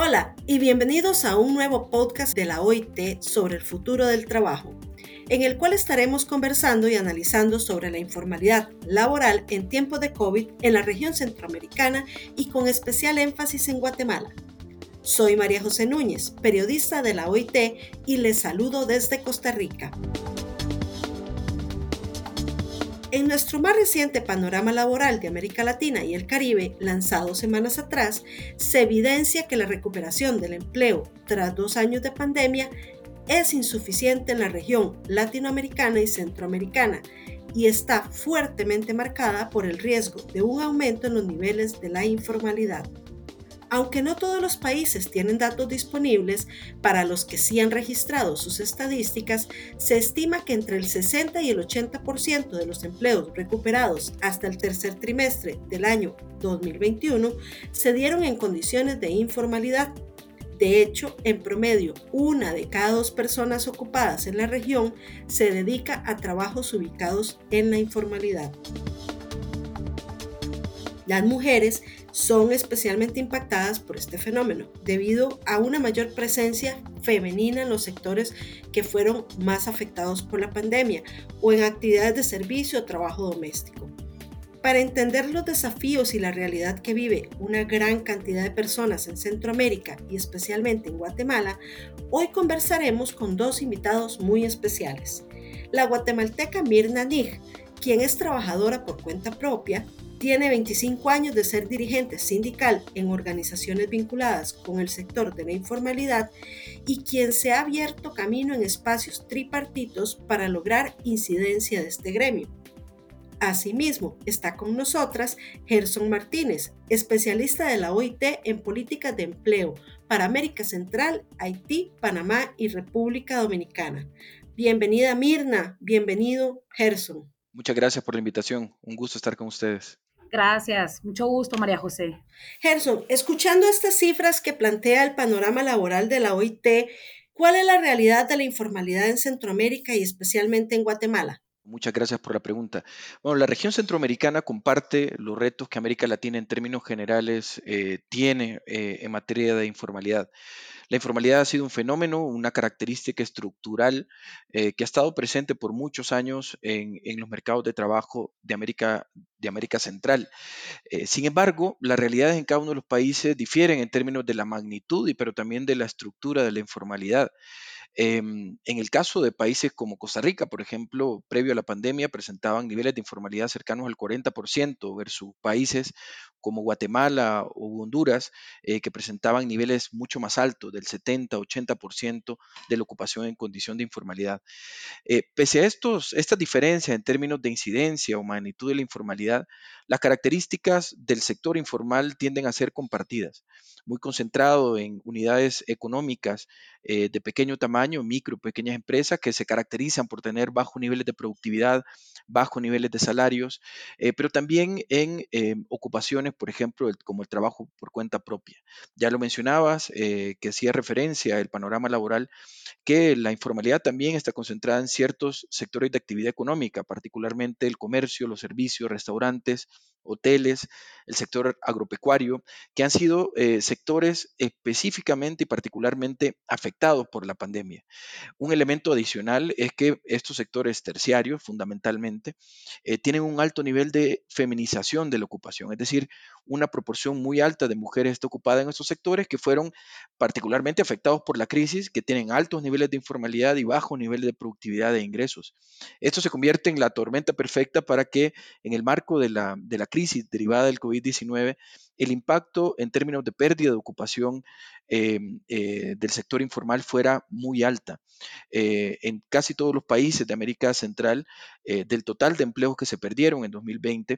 Hola y bienvenidos a un nuevo podcast de la OIT sobre el futuro del trabajo, en el cual estaremos conversando y analizando sobre la informalidad laboral en tiempos de COVID en la región centroamericana y con especial énfasis en Guatemala. Soy María José Núñez, periodista de la OIT y les saludo desde Costa Rica. En nuestro más reciente panorama laboral de América Latina y el Caribe, lanzado semanas atrás, se evidencia que la recuperación del empleo tras 2 años de pandemia es insuficiente en la región latinoamericana y centroamericana y está fuertemente marcada por el riesgo de un aumento en los niveles de la informalidad. Aunque no todos los países tienen datos disponibles, para los que sí han registrado sus estadísticas, se estima que entre el 60 y el 80% de los empleos recuperados hasta el tercer trimestre del año 2021 se dieron en condiciones de informalidad. De hecho, en promedio, 1 de cada 2 personas ocupadas en la región se dedica a trabajos ubicados en la informalidad. Las mujeres son especialmente impactadas por este fenómeno, debido a una mayor presencia femenina en los sectores que fueron más afectados por la pandemia o en actividades de servicio o trabajo doméstico. Para entender los desafíos y la realidad que vive una gran cantidad de personas en Centroamérica y especialmente en Guatemala, hoy conversaremos con 2 invitados muy especiales. La guatemalteca Mirna Nig, quien es trabajadora por cuenta propia, tiene 25 años de ser dirigente sindical en organizaciones vinculadas con el sector de la informalidad y quien se ha abierto camino en espacios tripartitos para lograr incidencia de este gremio. Asimismo, está con nosotras Gerson Martínez, especialista de la OIT en políticas de empleo para América Central, Haití, Panamá y República Dominicana. Bienvenida Mirna, bienvenido Gerson. Muchas gracias por la invitación. Un gusto estar con ustedes. Gracias, mucho gusto, María José. Gerson, escuchando estas cifras que plantea el panorama laboral de la OIT, ¿cuál es la realidad de la informalidad en Centroamérica y especialmente en Guatemala? Muchas gracias por la pregunta. Bueno, la región centroamericana comparte los retos que América Latina en términos generales tiene en materia de informalidad. La informalidad ha sido un fenómeno, una característica estructural que ha estado presente por muchos años en los mercados de trabajo de América Central. Sin embargo, las realidades en cada uno de los países difieren en términos de la magnitud pero también de la estructura de la informalidad. En el caso de países como Costa Rica, por ejemplo, previo a la pandemia presentaban niveles de informalidad cercanos al 40% versus países como Guatemala o Honduras, que presentaban niveles mucho más altos, del 70-80% de la ocupación en condición de informalidad. Pese a estas diferencias en términos de incidencia o magnitud de la informalidad, las características del sector informal tienden a ser compartidas, muy concentrado en unidades económicas de pequeño tamaño, micro y pequeñas empresas que se caracterizan por tener bajos niveles de productividad, bajos niveles de salarios, pero también en ocupaciones, por ejemplo, como el trabajo por cuenta propia. Ya lo mencionabas, que hacía referencia al panorama laboral, que la informalidad también está concentrada en ciertos sectores de actividad económica, particularmente el comercio, los servicios, restaurantes, hoteles, el sector agropecuario, que han sido sectores específicamente y particularmente afectados por la pandemia. Un elemento adicional es que estos sectores terciarios, fundamentalmente, tienen un alto nivel de feminización de la ocupación, es decir, una proporción muy alta de mujeres está ocupada en estos sectores que fueron particularmente afectados por la crisis, que tienen altos niveles de informalidad y bajos niveles de productividad e ingresos. Esto se convierte en la tormenta perfecta para que en el marco de la crisis derivada del COVID-19, el impacto en términos de pérdida de ocupación del sector informal fuera muy alta. En casi todos los países de América Central, del total de empleos que se perdieron en 2020,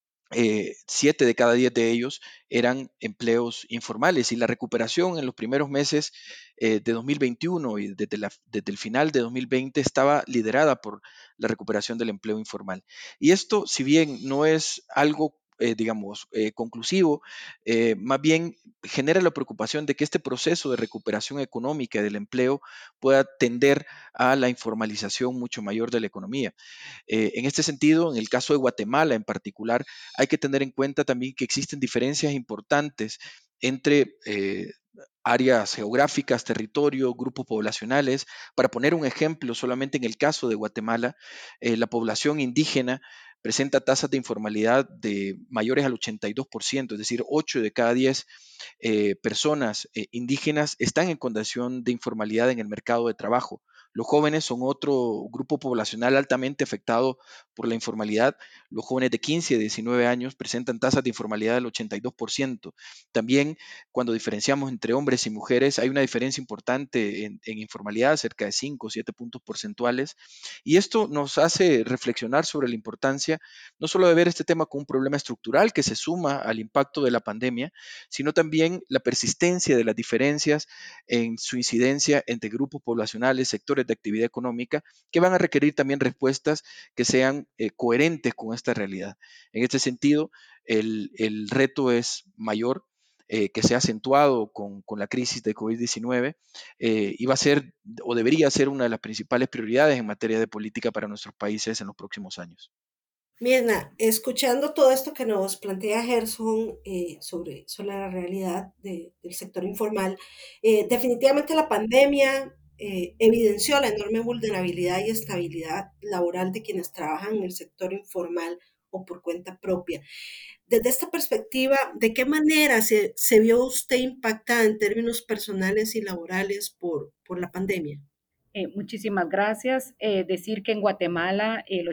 7 de cada 10 de ellos eran empleos informales y la recuperación en los primeros meses de 2021 y desde el final de 2020 estaba liderada por la recuperación del empleo informal. Y esto, si bien no es algo digamos, conclusivo, más bien genera la preocupación de que este proceso de recuperación económica del empleo pueda tender a la informalización mucho mayor de la economía. En este sentido, en el caso de Guatemala en particular, hay que tener en cuenta también que existen diferencias importantes entre áreas geográficas, territorio, grupos poblacionales. Para poner un ejemplo, solamente en el caso de Guatemala, la población indígena presenta tasas de informalidad de mayores al 82%, es decir, 8 de cada 10 personas indígenas están en condición de informalidad en el mercado de trabajo. Los jóvenes son otro grupo poblacional altamente afectado por la informalidad. Los jóvenes de 15 a 19 años presentan tasas de informalidad del 82%. También cuando diferenciamos entre hombres y mujeres, hay una diferencia importante en informalidad, cerca de 5 o 7 puntos porcentuales. Y esto nos hace reflexionar sobre la importancia no solo de ver este tema como un problema estructural que se suma al impacto de la pandemia, sino también la persistencia de las diferencias en su incidencia entre grupos poblacionales, sectores de actividad económica, que van a requerir también respuestas que sean coherentes con esta realidad. En este sentido, el reto es mayor, que se ha acentuado con la crisis de COVID-19 y va a ser o debería ser una de las principales prioridades en materia de política para nuestros países en los próximos años. Mirna, escuchando todo esto que nos plantea Gerson sobre la realidad del sector informal, definitivamente la pandemia evidenció la enorme vulnerabilidad y estabilidad laboral de quienes trabajan en el sector informal o por cuenta propia. Desde esta perspectiva, ¿de qué manera se vio usted impactada en términos personales y laborales por la pandemia? Muchísimas gracias. Decir que en Guatemala el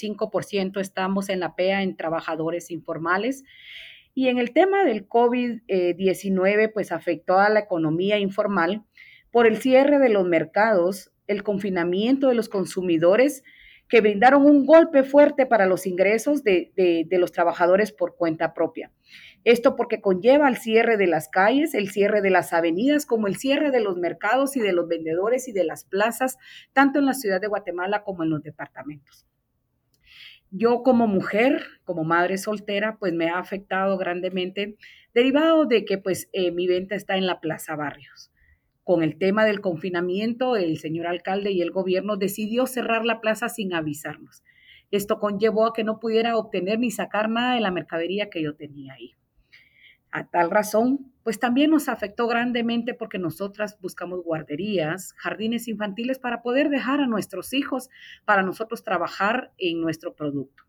85% estamos en la PEA en trabajadores informales. Y en el tema del COVID-19, pues afectó a la economía informal por el cierre de los mercados, el confinamiento de los consumidores que brindaron un golpe fuerte para los ingresos de los trabajadores por cuenta propia. Esto porque conlleva el cierre de las calles, el cierre de las avenidas, como el cierre de los mercados y de los vendedores y de las plazas, tanto en la ciudad de Guatemala como en los departamentos. Yo como mujer, como madre soltera, pues me ha afectado grandemente, derivado de que pues mi venta está en la Plaza Barrios. Con el tema del confinamiento, el señor alcalde y el gobierno decidió cerrar la plaza sin avisarnos. Esto conllevó a que no pudiera obtener ni sacar nada de la mercadería que yo tenía ahí. A tal razón, pues también nos afectó grandemente porque nosotras buscamos guarderías, jardines infantiles para poder dejar a nuestros hijos, para nosotros trabajar en nuestro producto.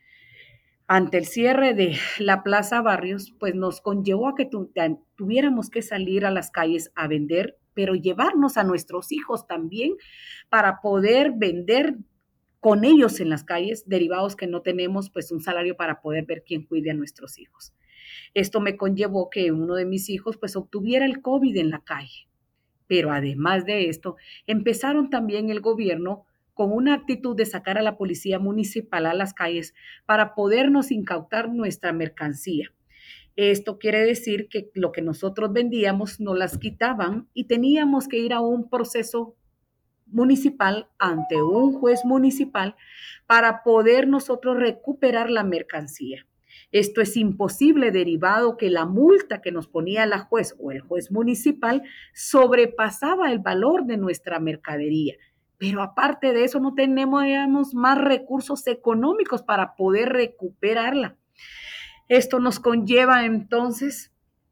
Ante el cierre de la Plaza Barrios, pues nos conllevó a que tuviéramos que salir a las calles a vender, pero llevarnos a nuestros hijos también para poder vender con ellos en las calles, derivados que no tenemos pues un salario para poder ver quién cuide a nuestros hijos. Esto me conllevó que uno de mis hijos pues obtuviera el COVID en la calle. Pero además de esto, empezaron también el gobierno con una actitud de sacar a la policía municipal a las calles para podernos incautar nuestra mercancía. Esto quiere decir que lo que nosotros vendíamos nos las quitaban y teníamos que ir a un proceso municipal ante un juez municipal para poder nosotros recuperar la mercancía. Esto es imposible derivado que la multa que nos ponía la juez o el juez municipal sobrepasaba el valor de nuestra mercadería. Pero aparte de eso no tenemos más recursos económicos para poder recuperarla. Esto nos conlleva entonces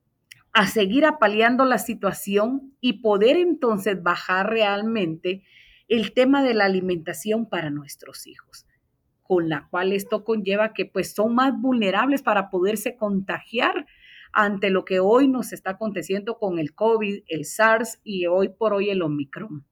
a seguir apaleando la situación y poder entonces bajar realmente el tema de la alimentación para nuestros hijos, con la cual esto conlleva que pues son más vulnerables para poderse contagiar ante lo que hoy nos está aconteciendo con el COVID, el SARS y hoy por hoy el Omicron.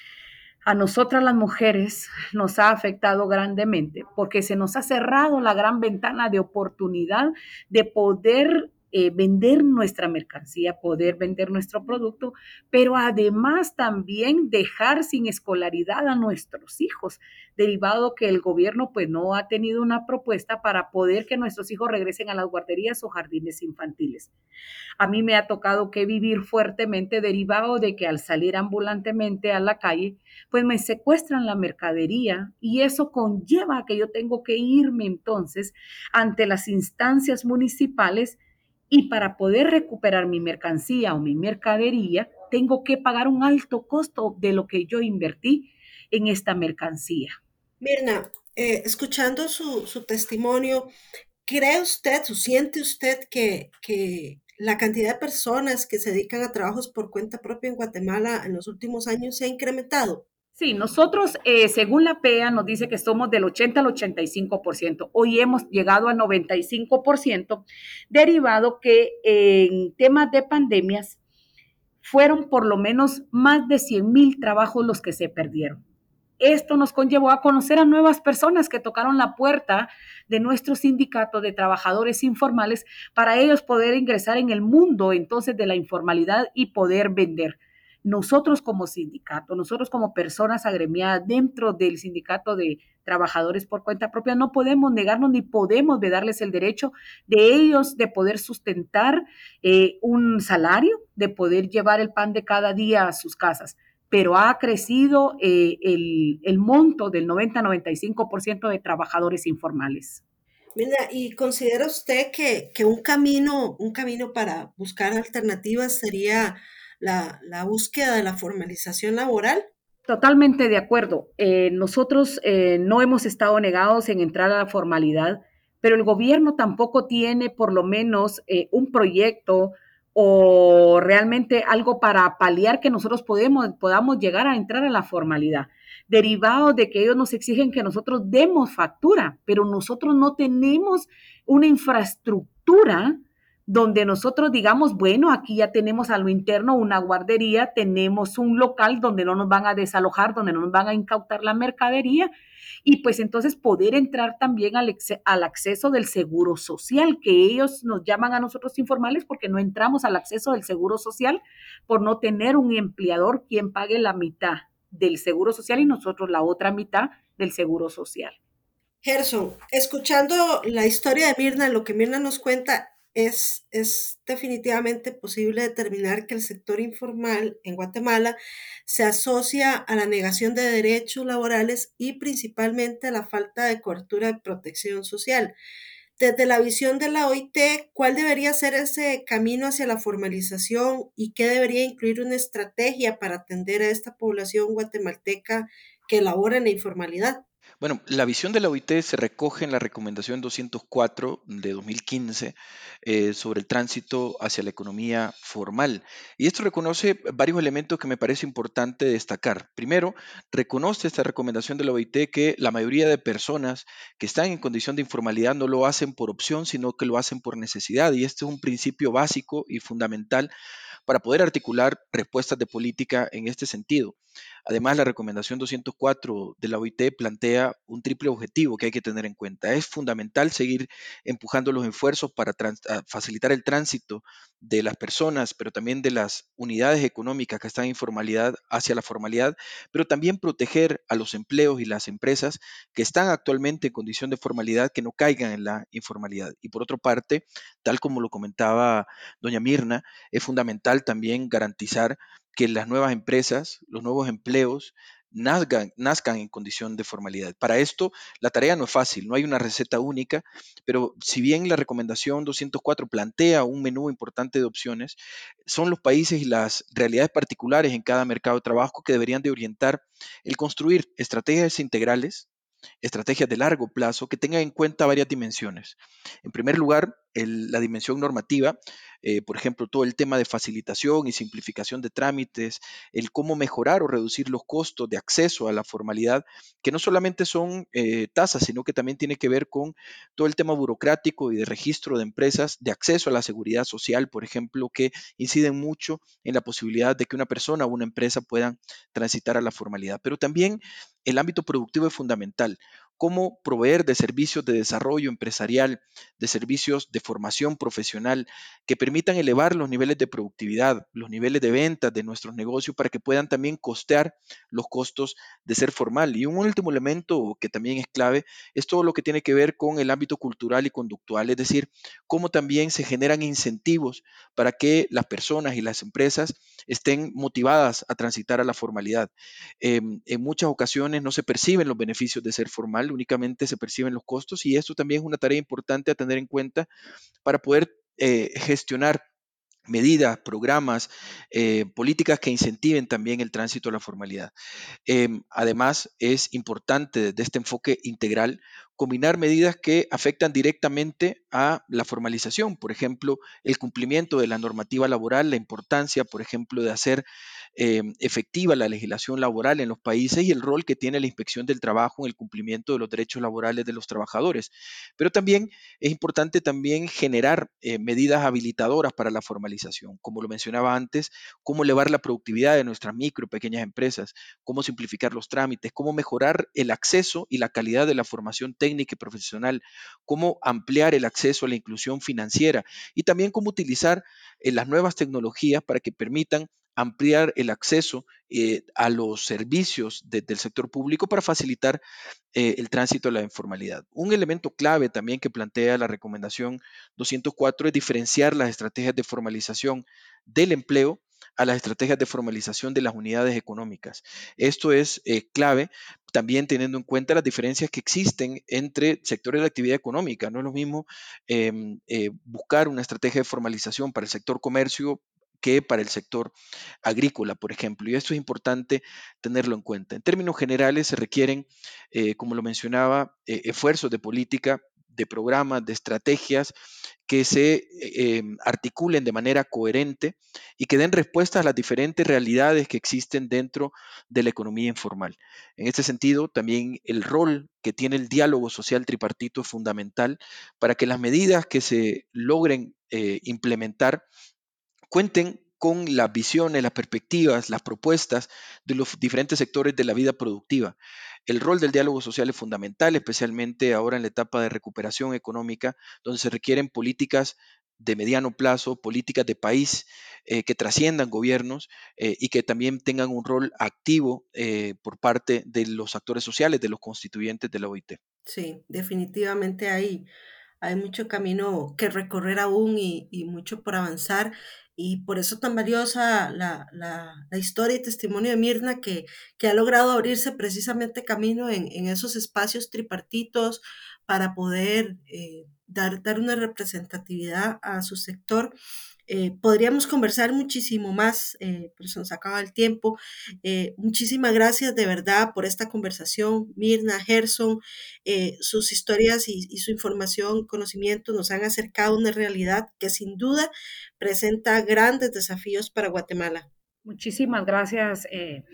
A nosotras las mujeres nos ha afectado grandemente porque se nos ha cerrado la gran ventana de oportunidad de poder vender nuestra mercancía, poder vender nuestro producto, pero además también dejar sin escolaridad a nuestros hijos, derivado que el gobierno pues no ha tenido una propuesta para poder que nuestros hijos regresen a las guarderías o jardines infantiles. A mí me ha tocado que vivir fuertemente derivado de que al salir ambulantemente a la calle, pues me secuestran la mercadería y eso conlleva a que yo tengo que irme entonces ante las instancias municipales y para poder recuperar mi mercancía o mi mercadería, tengo que pagar un alto costo de lo que yo invertí en esta mercancía. Mirna, escuchando su testimonio, ¿cree usted o siente usted que La cantidad de personas que se dedican a trabajos por cuenta propia en Guatemala en los últimos años se ha incrementado. Sí, nosotros, según la PEA, nos dice que somos del 80 al 85%. Hoy hemos llegado a 95%, derivado que en temas de pandemias fueron por lo menos más de 100,000 trabajos los que se perdieron. Esto nos conllevó a conocer a nuevas personas que tocaron la puerta de nuestro sindicato de trabajadores informales para ellos poder ingresar en el mundo entonces de la informalidad y poder vender. Nosotros como sindicato, nosotros como personas agremiadas dentro del sindicato de trabajadores por cuenta propia, no podemos negarnos ni podemos darles el derecho de ellos de poder sustentar un salario, de poder llevar el pan de cada día a sus casas, pero ha crecido el monto del 90-95% de trabajadores informales. Mira, ¿y considera usted que un camino para buscar alternativas sería la búsqueda de la formalización laboral? Totalmente de acuerdo. Nosotros no hemos estado negados en entrar a la formalidad, pero el gobierno tampoco tiene por lo menos un proyecto o realmente algo para paliar que nosotros podamos llegar a entrar a la formalidad, derivado de que ellos nos exigen que nosotros demos factura, pero nosotros no tenemos una infraestructura donde nosotros digamos, bueno, aquí ya tenemos a lo interno una guardería, tenemos un local donde no nos van a desalojar, donde no nos van a incautar la mercadería, y pues entonces poder entrar también al acceso del seguro social, que ellos nos llaman a nosotros informales porque no entramos al acceso del seguro social por no tener un empleador quien pague la mitad del seguro social y nosotros la otra mitad del seguro social. Gerson, escuchando la historia de Mirna, lo que Mirna nos cuenta es definitivamente posible determinar que el sector informal en Guatemala se asocia a la negación de derechos laborales y principalmente a la falta de cobertura de protección social. Desde la visión de la OIT, ¿cuál debería ser ese camino hacia la formalización y qué debería incluir una estrategia para atender a esta población guatemalteca que labora en la informalidad? Bueno, la visión de la OIT se recoge en la recomendación 204 de 2015 sobre el tránsito hacia la economía formal. Y esto reconoce varios elementos que me parece importante destacar. Primero, reconoce esta recomendación de la OIT que la mayoría de personas que están en condición de informalidad no lo hacen por opción, sino que lo hacen por necesidad. Y este es un principio básico y fundamental para poder articular respuestas de política en este sentido. Además, la recomendación 204 de la OIT plantea un triple objetivo que hay que tener en cuenta. Es fundamental seguir empujando los esfuerzos para facilitar el tránsito de las personas, pero también de las unidades económicas que están en informalidad hacia la formalidad, pero también proteger a los empleos y las empresas que están actualmente en condición de formalidad que no caigan en la informalidad. Y por otra parte, tal como lo comentaba doña Mirna, es fundamental también garantizar que las nuevas empresas, los nuevos empleos, nazcan en condición de formalidad. Para esto, la tarea no es fácil, no hay una receta única, pero si bien la recomendación 204 plantea un menú importante de opciones, son los países y las realidades particulares en cada mercado de trabajo que deberían de orientar el construir estrategias integrales, estrategias de largo plazo que tengan en cuenta varias dimensiones. En primer lugar, la dimensión normativa, por ejemplo, todo el tema de facilitación y simplificación de trámites, el cómo mejorar o reducir los costos de acceso a la formalidad, que no solamente son tasas, sino que también tiene que ver con todo el tema burocrático y de registro de empresas, de acceso a la seguridad social, por ejemplo, que inciden mucho en la posibilidad de que una persona o una empresa puedan transitar a la formalidad. Pero también el ámbito productivo es fundamental. Cómo proveer de servicios de desarrollo empresarial, de servicios de formación profesional que permitan elevar los niveles de productividad, los niveles de ventas de nuestros negocios para que puedan también costear los costos de ser formal. Y un último elemento que también es clave es todo lo que tiene que ver con el ámbito cultural y conductual, es decir, cómo también se generan incentivos para que las personas y las empresas estén motivadas a transitar a la formalidad. En muchas ocasiones no se perciben los beneficios de ser formal, únicamente se perciben los costos y esto también es una tarea importante a tener en cuenta para poder gestionar medidas, programas, políticas que incentiven también el tránsito a la formalidad. Además, es importante desde este enfoque integral combinar medidas que afectan directamente a la formalización, por ejemplo, el cumplimiento de la normativa laboral, la importancia, por ejemplo, de hacer efectiva la legislación laboral en los países y el rol que tiene la inspección del trabajo en el cumplimiento de los derechos laborales de los trabajadores. Pero también es importante también generar medidas habilitadoras para la formalización, como lo mencionaba antes, cómo elevar la productividad de nuestras micro y pequeñas empresas, cómo simplificar los trámites, cómo mejorar el acceso y la calidad de la formación técnica y profesional, cómo ampliar el acceso a la inclusión financiera y también cómo utilizar las nuevas tecnologías para que permitan ampliar el acceso a los servicios del sector público para facilitar el tránsito a la informalidad. Un elemento clave también que plantea la recomendación 204 es diferenciar las estrategias de formalización del empleo a las estrategias de formalización de las unidades económicas. Esto es clave también teniendo en cuenta las diferencias que existen entre sectores de actividad económica. No es lo mismo buscar una estrategia de formalización para el sector comercio que para el sector agrícola, por ejemplo. Y esto es importante tenerlo en cuenta. En términos generales, se requieren, como lo mencionaba, esfuerzos de política, de programas, de estrategias que se articulen de manera coherente y que den respuesta a las diferentes realidades que existen dentro de la economía informal. En este sentido, también el rol que tiene el diálogo social tripartito es fundamental para que las medidas que se logren implementar cuenten con las visiones, las perspectivas, las propuestas de los diferentes sectores de la vida productiva. El rol del diálogo social es fundamental, especialmente ahora en la etapa de recuperación económica, donde se requieren políticas de mediano plazo, políticas de país que trasciendan gobiernos y que también tengan un rol activo por parte de los actores sociales, de los constituyentes de la OIT. Sí, definitivamente hay mucho camino que recorrer aún y mucho por avanzar. Y por eso tan valiosa la historia y testimonio de Mirna, que ha logrado abrirse precisamente camino en esos espacios tripartitos para poder dar una representatividad a su sector. Podríamos conversar muchísimo más, pero se nos acaba el tiempo. Muchísimas gracias de verdad por esta conversación, Mirna, Gerson. Sus historias y su información, conocimiento nos han acercado a una realidad que sin duda presenta grandes desafíos para Guatemala. Muchísimas gracias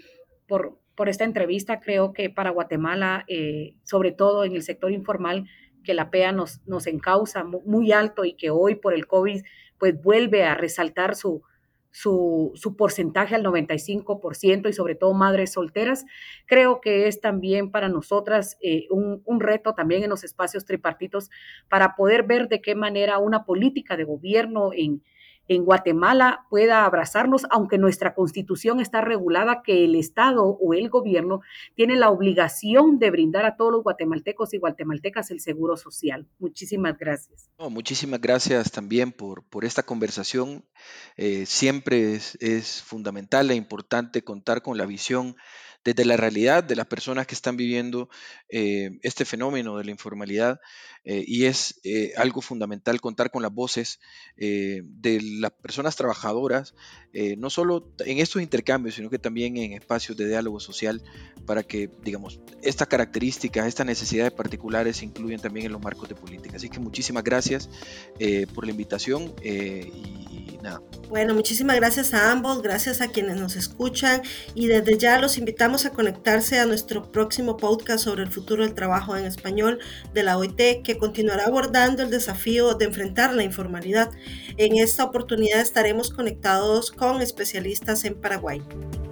por esta entrevista. Creo que para Guatemala, sobre todo en el sector informal, que la PEA nos encausa muy alto y que hoy por el COVID pues vuelve a resaltar su porcentaje al 95% y sobre todo madres solteras, creo que es también para nosotras un reto también en los espacios tripartitos para poder ver de qué manera una política de gobierno en Guatemala pueda abrazarnos, aunque nuestra constitución está regulada que el Estado o el gobierno tiene la obligación de brindar a todos los guatemaltecos y guatemaltecas el seguro social. Muchísimas gracias. No, muchísimas gracias también por esta conversación. Siempre es fundamental e importante contar con la visión desde la realidad de las personas que están viviendo este fenómeno de la informalidad y es algo fundamental contar con las voces de las personas trabajadoras, no solo en estos intercambios, sino que también en espacios de diálogo social para que, digamos, estas características, estas necesidades particulares se incluyan también en los marcos de política. Así que muchísimas gracias por la invitación y nada. Bueno, muchísimas gracias a ambos, gracias a quienes nos escuchan y desde ya los invitamos a conectarse a nuestro próximo podcast sobre el futuro del trabajo en español de la OIT, que continuará abordando el desafío de enfrentar la informalidad. En esta oportunidad estaremos conectados con especialistas en Paraguay.